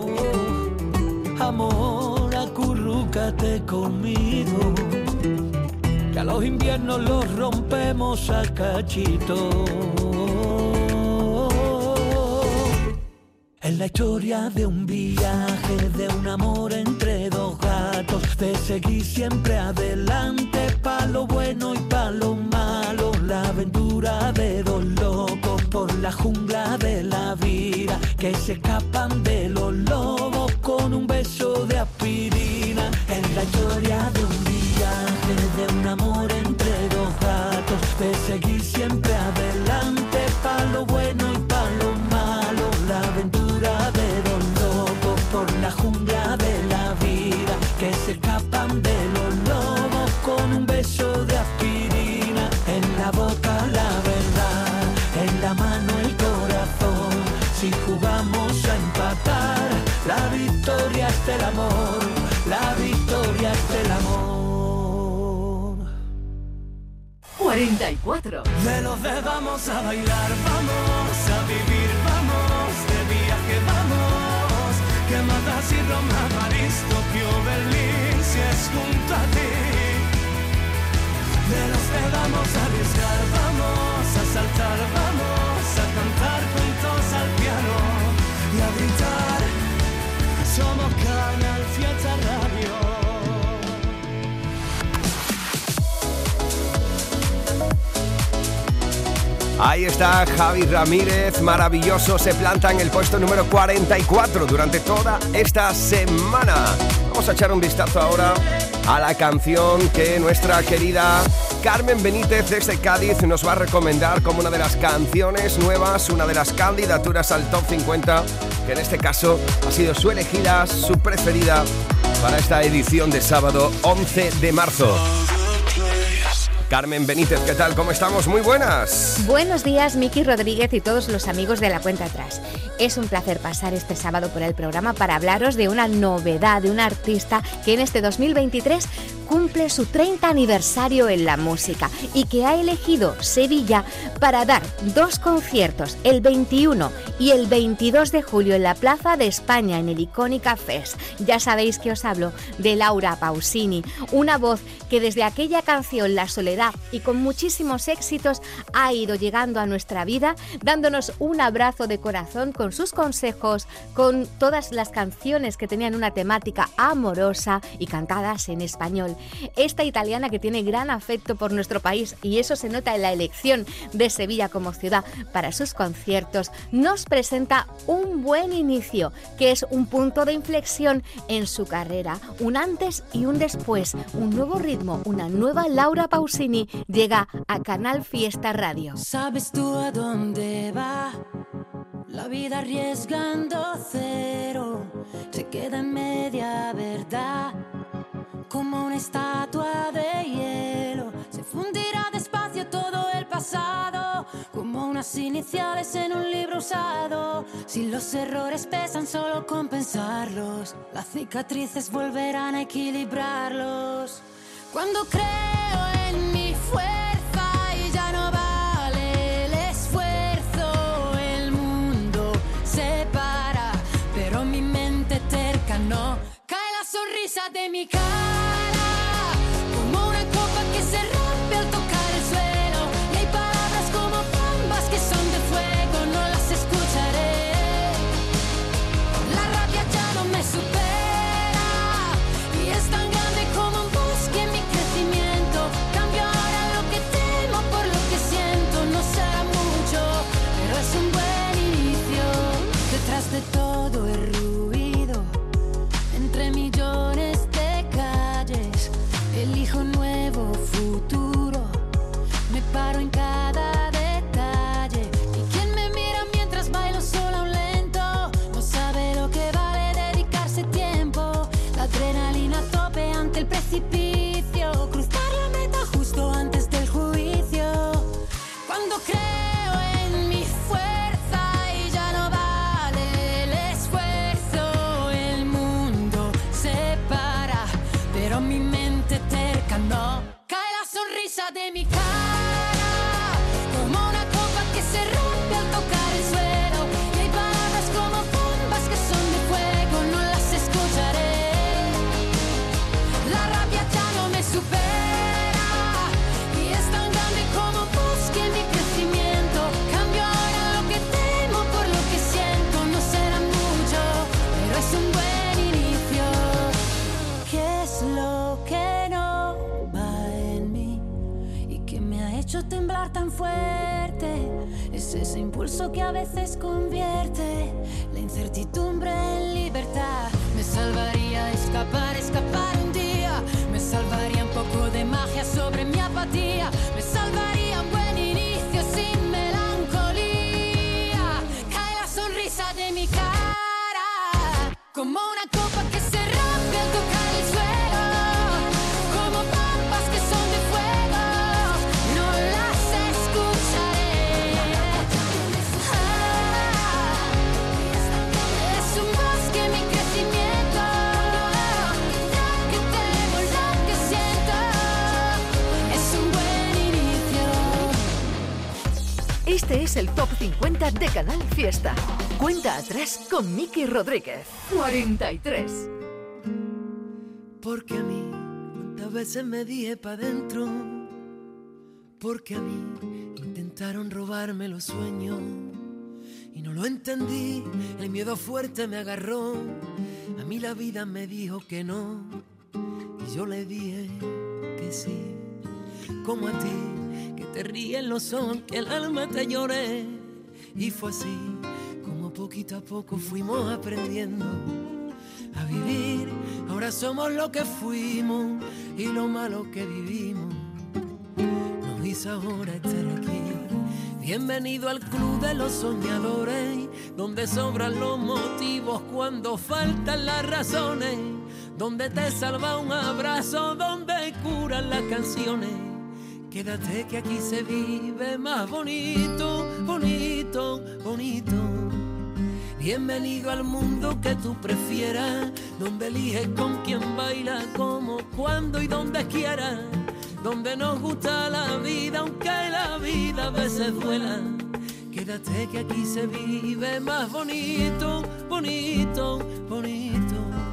amor, acurrúcate conmigo. Que a los inviernos los rompemos a cachito. Es la historia de un viaje, de un amor entre dos gatos, de seguir siempre adelante, pa' lo bueno y pa' lo malo. La aventura de dos locos por la jungla de la vida, que se escapan de los lobos con un beso de aspirina. Es la historia de un viaje, de un amor entre dos gatos, de seguir siempre adelante, pa' lo bueno y pa' lo malo. La aventura de dos locos por la jungla de la vida, que se escapan de los lobos con un beso de aspirina. En la boca la verdad, en la mano el corazón. Si jugamos a empatar, la victoria es del amor, la victoria es del amor. cuarenta y cuatro. De los de vamos a bailar, vamos a vivir, vamos de viaje, vamos. Que matas y Roma, París, Tokio, Berlín, si es junto a ti. De los que vamos a arriesgar, vamos a saltar, vamos a cantar juntos al piano y a gritar. Ahí está Javi Ramírez, maravilloso, se planta en el puesto número cuarenta y cuatro durante toda esta semana. Vamos a echar un vistazo ahora a la canción que nuestra querida Carmen Benítez desde Cádiz nos va a recomendar como una de las canciones nuevas, una de las candidaturas al Top cincuenta, que en este caso ha sido su elegida, su preferida para esta edición de sábado once de marzo. Carmen Benítez, ¿qué tal? ¿Cómo estamos? Muy buenas. Buenos días, Miki Rodríguez y todos los amigos de La Cuenta Atrás. Es un placer pasar este sábado por el programa para hablaros de una novedad, de una artista que en este dos mil veintitrés cumple su treinta aniversario en la música y que ha elegido Sevilla para dar dos conciertos, el veintiuno y el veintidós de julio en la Plaza de España, en el Icónica Fest. Ya sabéis que os hablo de Laura Pausini, una voz que desde aquella canción La Soledad y con muchísimos éxitos ha ido llegando a nuestra vida, dándonos un abrazo de corazón con sus consejos, con todas las canciones que tenían una temática amorosa y cantadas en español. Esta italiana que tiene gran afecto por nuestro país, y eso se nota en la elección de Sevilla como ciudad para sus conciertos, nos presenta un buen inicio, que es un punto de inflexión en su carrera, un antes y un después, un nuevo ritmo, una nueva Laura Pausini llega a Canal Fiesta Radio. ¿Sabes tú a dónde va? La vida arriesgando cero, se queda en media verdad. Como una estatua de hielo, se fundirá despacio todo el pasado, como unas iniciales en un libro usado. Si los errores pesan solo con pensarlos, las cicatrices volverán a equilibrarlos. Cuando creo en mi fuerza y ya no vale el esfuerzo, el mundo se para, pero mi mente terca no. Cae la sonrisa de mi cara, como una copa que se rompe al tocar el suelo. Y hay palabras como bombas que son de fuego, no las escucharé. La rabia ya no me supera y es tan grande como un bosque en mi crecimiento. Cambio ahora lo que temo por lo que siento. No será mucho, pero es un buen inicio. Detrás de todo el ruido, entre millones de calles, elijo un nuevo futuro. Me paro en cada detalle. Y quien me mira mientras bailo sola un lento, no sabe lo que vale dedicarse tiempo. La adrenalina a tope ante el precipicio, cruzar la meta justo antes del juicio. Cuando creo en mi fuerza y ya no vale el esfuerzo, el mundo se para, pero mi mente terca no. Cae la sonrisa de mi cara, como una copa que se rompe al tocar el suelo. Y hay palabras como bombas que son de fuego, no las escucharé. La rabia ya no me supera y es tan grande como un bosque en mi crecimiento. Cambio ahora lo que temo por lo que siento. No será mucho, pero es un buen inicio. ¿Qué es lo que no va en mí y que me ha hecho temblar tan fuerte? Es ese impulso que a veces convierte la incertidumbre en libertad. Me salvaría escapar, escapar un día. Me salvaría un poco de magia sobre mi apatía. Me salvaría un buen inicio sin melancolía. Cae la sonrisa de mi cara, como una copa que se rompe al tocar el suelo. Como bombas que son de fuego, no las escucharé. Ah, es un bosque mi crecimiento. Lo que temo, lo que siento, es un buen inicio. Este es el Top cincuenta de Canal Fiesta. Cuenta atrás con Miki Rodríguez. cuarenta y tres. Porque a mí, cuántas veces me dije pa' dentro. Porque a mí intentaron robarme los sueños y no lo entendí. El miedo fuerte me agarró. A mí la vida me dijo que no y yo le dije que sí. Como a ti, que te te ríen los ojos, que el alma te llore. Y fue así como poquito a poco fuimos aprendiendo a vivir. Ahora somos lo que fuimos y lo malo que vivimos nos hizo ahora estar aquí. Bienvenido al club de los soñadores, donde sobran los motivos cuando faltan las razones, donde te salva un abrazo, donde curan las canciones. Quédate que aquí se vive más bonito, bonito, bonito. Bienvenido al mundo que tú prefieras, donde eliges con quién baila, cómo, cuándo y donde quieras, donde nos gusta la vida, aunque la vida a veces duela. Quédate que aquí se vive más bonito, bonito, bonito.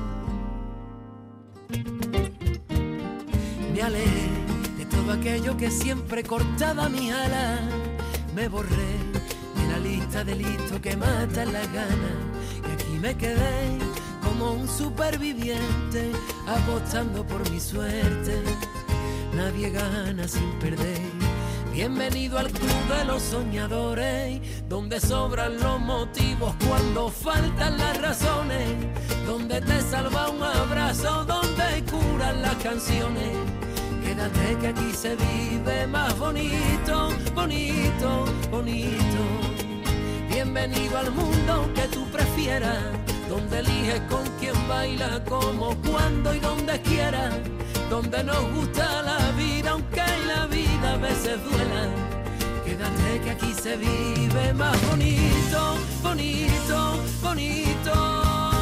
Me alejé de todo aquello que siempre cortaba mi ala, me borré de la lista de listos que matan las ganas, y aquí me quedé como un superviviente apostando por mi suerte. Nadie gana sin perder. Bienvenido al club de los soñadores, donde sobran los motivos cuando faltan las razones, donde te salva un abrazo, donde curan las canciones. Quédate que aquí se vive más bonito, bonito, bonito. Bienvenido al mundo que tú prefieras, donde eliges con quién baila, cómo, cuándo y donde quieras, donde nos gusta la vida, aunque la vida a veces duela. Quédate que aquí se vive más bonito, bonito, bonito.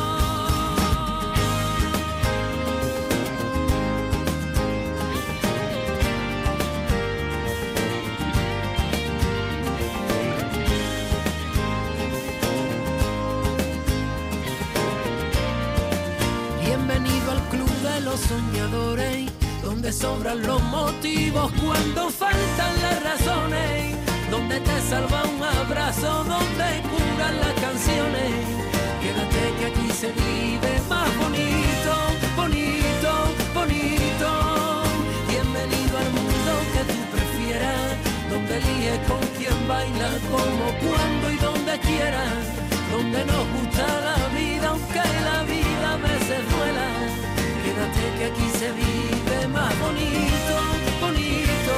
Bienvenido al club de los soñadores, donde sobran los motivos cuando faltan las razones, donde te salva un abrazo, donde curan las canciones. Quédate que aquí se vive más bonito, bonito, bonito. Bienvenido al mundo que tú prefieras, donde eliges con quién baila, cómo, cuándo y donde quieras, donde nos gusta la vida, aunque la vida a veces duela. Quédate que aquí se vive más bonito, bonito,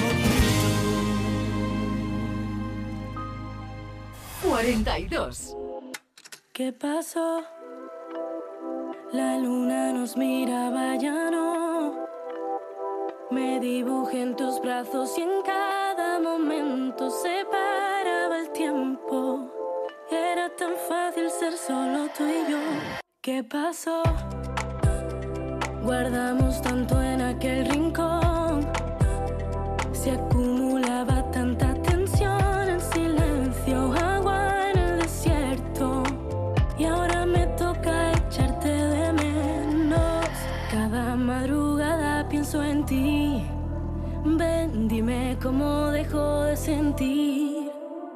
bonito. cuarenta y dos. ¿Qué pasó? La luna nos miraba, ya no. Me dibujé en tus brazos y en cada momento se paraba el tiempo. Era tan fácil ser solo tú y yo. ¿Qué pasó? Guardamos tanto en aquel rincón. Se acumulaba tanta tensión en silencio, agua en el desierto. Y ahora me toca echarte de menos. Cada madrugada pienso en ti. Ven, dime cómo dejo de sentir.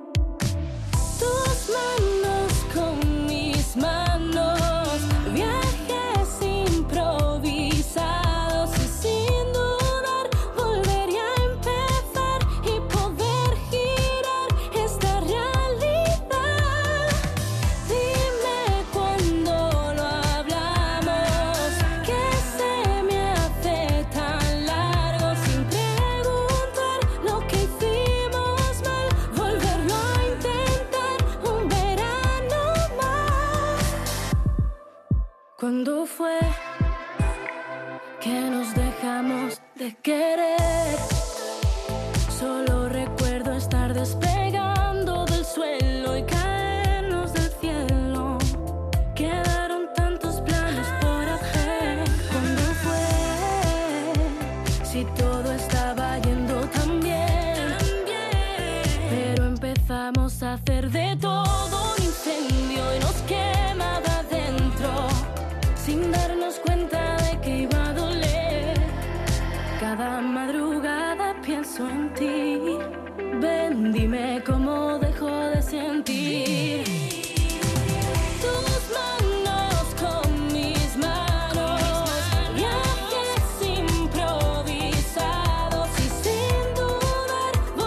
Tus manos con mis manos. Viajes improvisados y sin dudar volvería a empezar y poder girar esta realidad. Dime cuándo lo hablamos, que se me hace tan largo sin preguntar lo que hicimos mal, volverlo a intentar un verano más. ¿Cuándo fue que nos dejamos de querer? Solo recuerdo estar despegando del suelo y caernos del cielo. Quedaron tantos planes por hacer. ¿Cuándo fue? Si todo estaba yendo tan bien, pero empezamos a hacer de todo un incendio y nos quemaba dentro, sin darnos cuenta de que iba a doler. Cada madrugada pienso en ti. Ven, dime cómo dejo de sentir. Tus manos con mis manos. Viajes improvisados y sin dudar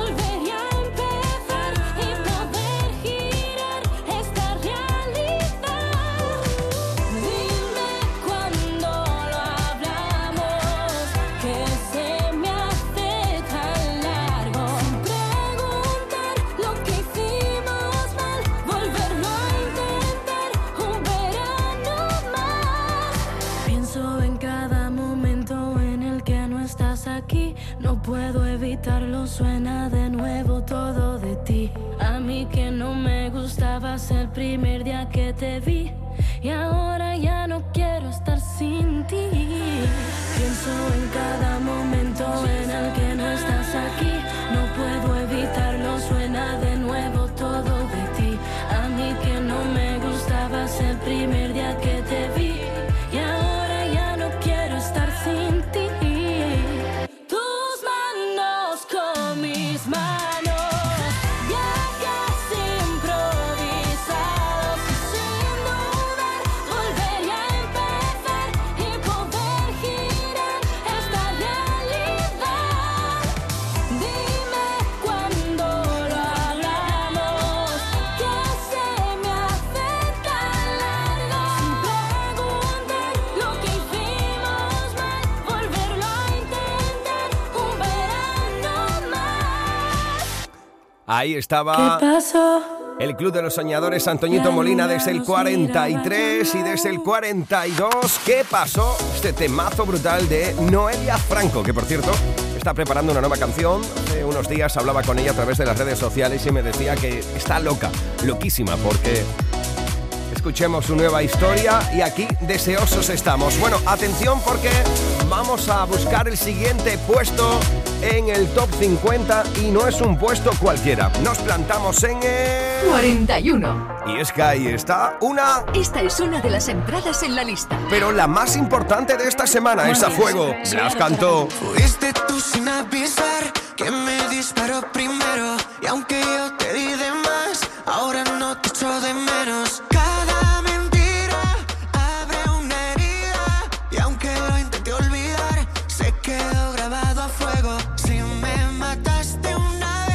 puedo evitarlo, suena de nuevo todo de ti. A mí que no me gustabas el primer día que te vi, y ahora ya no quiero estar sin ti. Pienso en cada momento en el que no estás aquí. No puedo evitarlo, suena de nuevo todo de ti. A mí que no me gustabas el primer día que te vi, y ahora ya no quiero estar sin ti. Tus manos con mis manos, viajes improvisados, y sin dudar volvería a empezar y poder girar esta realidad. Dime cuándo lo hablamos, que se me hace tan largo. Sin preguntar lo que hicimos mal, volverlo a intentar un verano más. Ahí estaba ¿Qué pasó? el Club de los Soñadores, Antoñito Molina desde el cuarenta y tres, y desde el cuarenta y dos, ¿qué pasó? Este temazo brutal de Noelia Franco, que por cierto está preparando una nueva canción. Hace unos días hablaba con ella a través de las redes sociales y me decía que está loca, loquísima, porque escuchemos su nueva historia y aquí deseosos estamos. Bueno, atención porque vamos a buscar el siguiente puesto en el Top cincuenta y no es un puesto cualquiera. Nos plantamos en el cuarenta y uno. Y es que ahí está una... Esta es una de las entradas en la lista. Pero la más importante de esta semana es A Fuego. Las cantó. Fuiste tú sin avisar que me disparó primero, y aunque yo te di de más, ahora no te echo de menos. Cada mentira abre una herida, y aunque lo intenté olvidar, se quedó grabado a fuego. Si me mataste una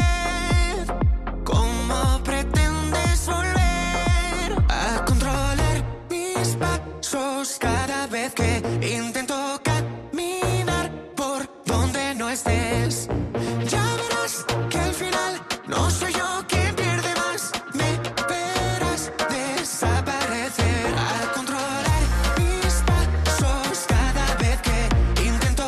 vez, ¿cómo pretendes volver a controlar mis pasos cada vez que intento caminar por donde no estés? Ya verás que al final no soy yo quien pierde más, me verás desaparecer. A controlar mis pasos cada vez que intento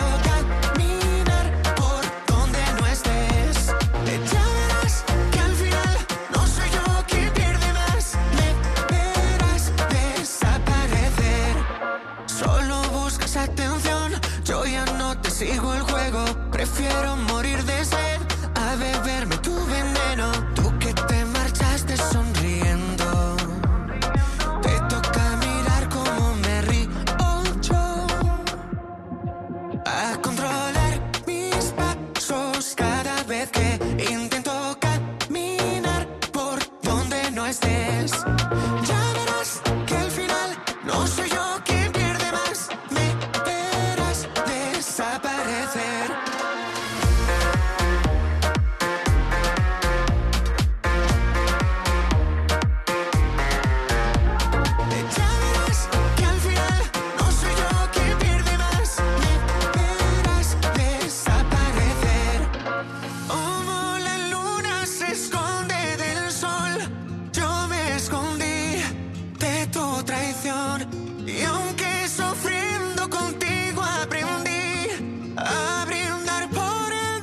caminar por donde no estés. Ya verás que al final no soy yo quien pierde más, me verás desaparecer. Solo buscas atención, yo ya no te sigo el juego. Prefiero morir de sed a beberme tu veneno. Tú que te marchaste sonriendo, te toca mirar cómo me río yo. A controlar mis pasos cada vez que intento caminar por donde no estés. Ya verás que al final no soy yo quien pierde más, me verás desaparecer. Ya verás que al final no soy yo quien pierde más, me verás desaparecer. Como la luna se esconde del sol, yo me escondí de tu traición. Y aunque sufriendo contigo aprendí a brindar por el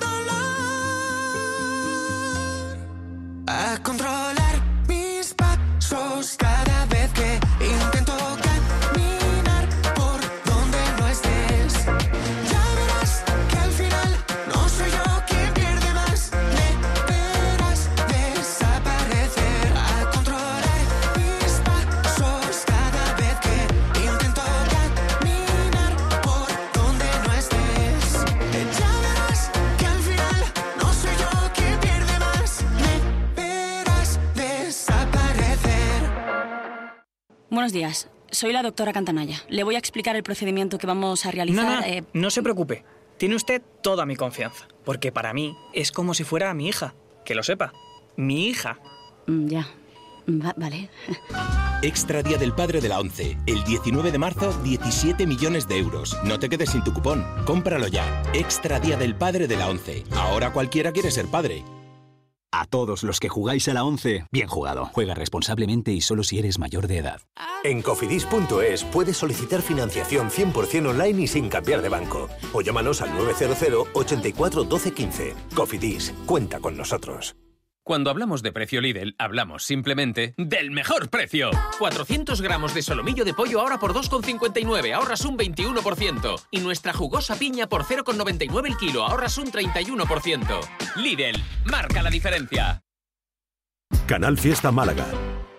dolor, a controlar mis pasos cada vez que intento caminar por donde no estés. Ya verás que al final no soy yo quien pierde más, me verás desaparecer. A controlar mis pasos cada vez que intento caminar por donde no estés. Ya verás que al final no soy yo quien pierde más, me verás desaparecer. Buenos días, soy la doctora Cantanaya. Le voy a explicar el procedimiento que vamos a realizar. No, no, eh, no se preocupe. Tiene usted toda mi confianza. Porque para mí es como si fuera mi hija. Que lo sepa. Mi hija. mm, Ya, Va- vale. Extra Día del Padre de la ONCE. El diecinueve de marzo, diecisiete millones de euros. No te quedes sin tu cupón. Cómpralo ya. Extra Día del Padre de la ONCE. Ahora cualquiera quiere ser padre. A todos los que jugáis a la once, bien jugado. Juega responsablemente y solo si eres mayor de edad. En cofidis punto es puedes solicitar financiación cien por ciento online y sin cambiar de banco. O llámanos al nueve cero cero, ochenta y cuatro, doce, quince. Cofidis, cuenta con nosotros. Cuando hablamos de precio Lidl, hablamos simplemente del mejor precio. cuatrocientos gramos de solomillo de pollo ahora por dos con cincuenta y nueve, ahorras un veintiuno por ciento. Y nuestra jugosa piña por cero con noventa y nueve el kilo, ahorras un treinta y uno por ciento. Lidl, marca la diferencia. Canal Fiesta Málaga.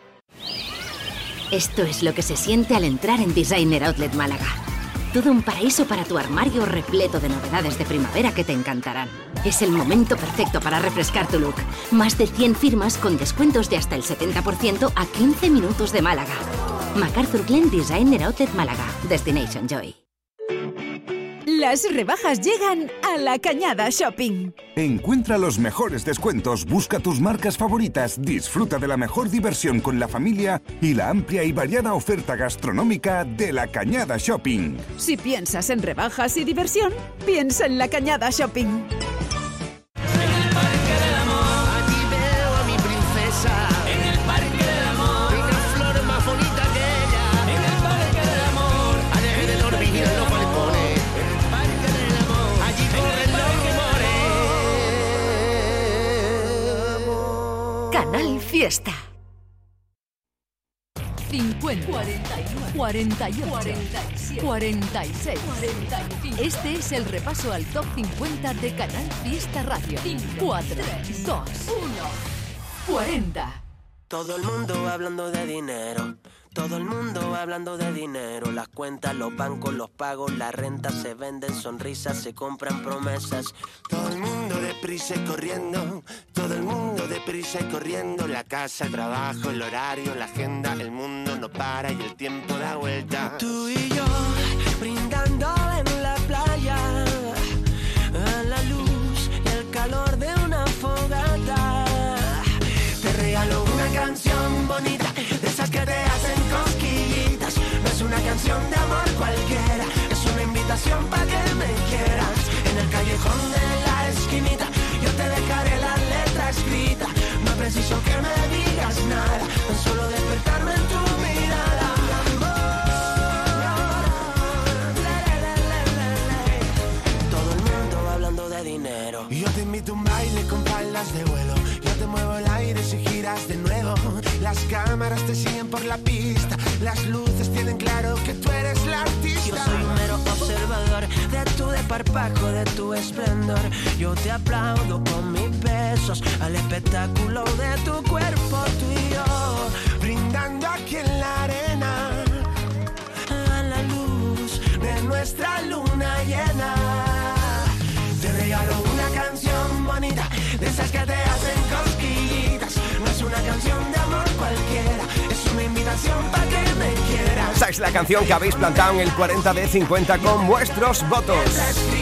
Esto es lo que se siente al entrar en Designer Outlet Málaga. Todo un paraíso para tu armario repleto de novedades de primavera que te encantarán. Es el momento perfecto para refrescar tu look. Más de cien firmas con descuentos de hasta el setenta por ciento a quince minutos de Málaga. MacArthur Glen Designer Outlet Málaga. Destination Joy. Las rebajas llegan a La Cañada Shopping. Encuentra los mejores descuentos, busca tus marcas favoritas, disfruta de la mejor diversión con la familia y la amplia y variada oferta gastronómica de La Cañada Shopping. Si piensas en rebajas y diversión, piensa en La Cañada Shopping. Canal Fiesta. cincuenta, cuarenta y ocho, cuarenta y seis. Este es el repaso al top cincuenta de Canal Fiesta Radio. cuatro, dos, uno, cuarenta. Todo el mundo va hablando de dinero. Todo el mundo va hablando de dinero. Las cuentas, los bancos, los pagos, la renta. Se venden sonrisas, se compran promesas. Todo el mundo deprisa y corriendo. Todo el mundo deprisa y corriendo. La casa, el trabajo, el horario, la agenda. El mundo no para y el tiempo da vuelta. Tú y yo brindando en la playa, a la luz y el calor de una fogata. Te regalo una canción bonita, de esas que te hacen cosquillitas. No es una canción de amor cualquiera, es una invitación para que me quieras. En el callejón de la esquinita, yo te dejaré la letra escrita. No preciso que me digas nada, tan solo despertarme en tu mirada. Todo el mundo va hablando de dinero. Y yo te invito a un baile con palas de vuelo. Yo te muevo el aire si giras de nuevo. Las cámaras te siguen por la pista. Las luces tienen claro que tú eres la artista. Yo soy un mero observador de tu desparpajo, de tu esplendor. Yo te aplaudo con mis besos al espectáculo de tu cuerpo. Tú y yo brindando aquí en la arena, a la luz de nuestra luna llena. Te regalo una canción bonita, de esas que te hacen cosquillitas. No es una canción de amor cualquiera, es una invitación para que me quieras. Esa es la canción que habéis plantado en el cuarenta de cincuenta con vuestros votos.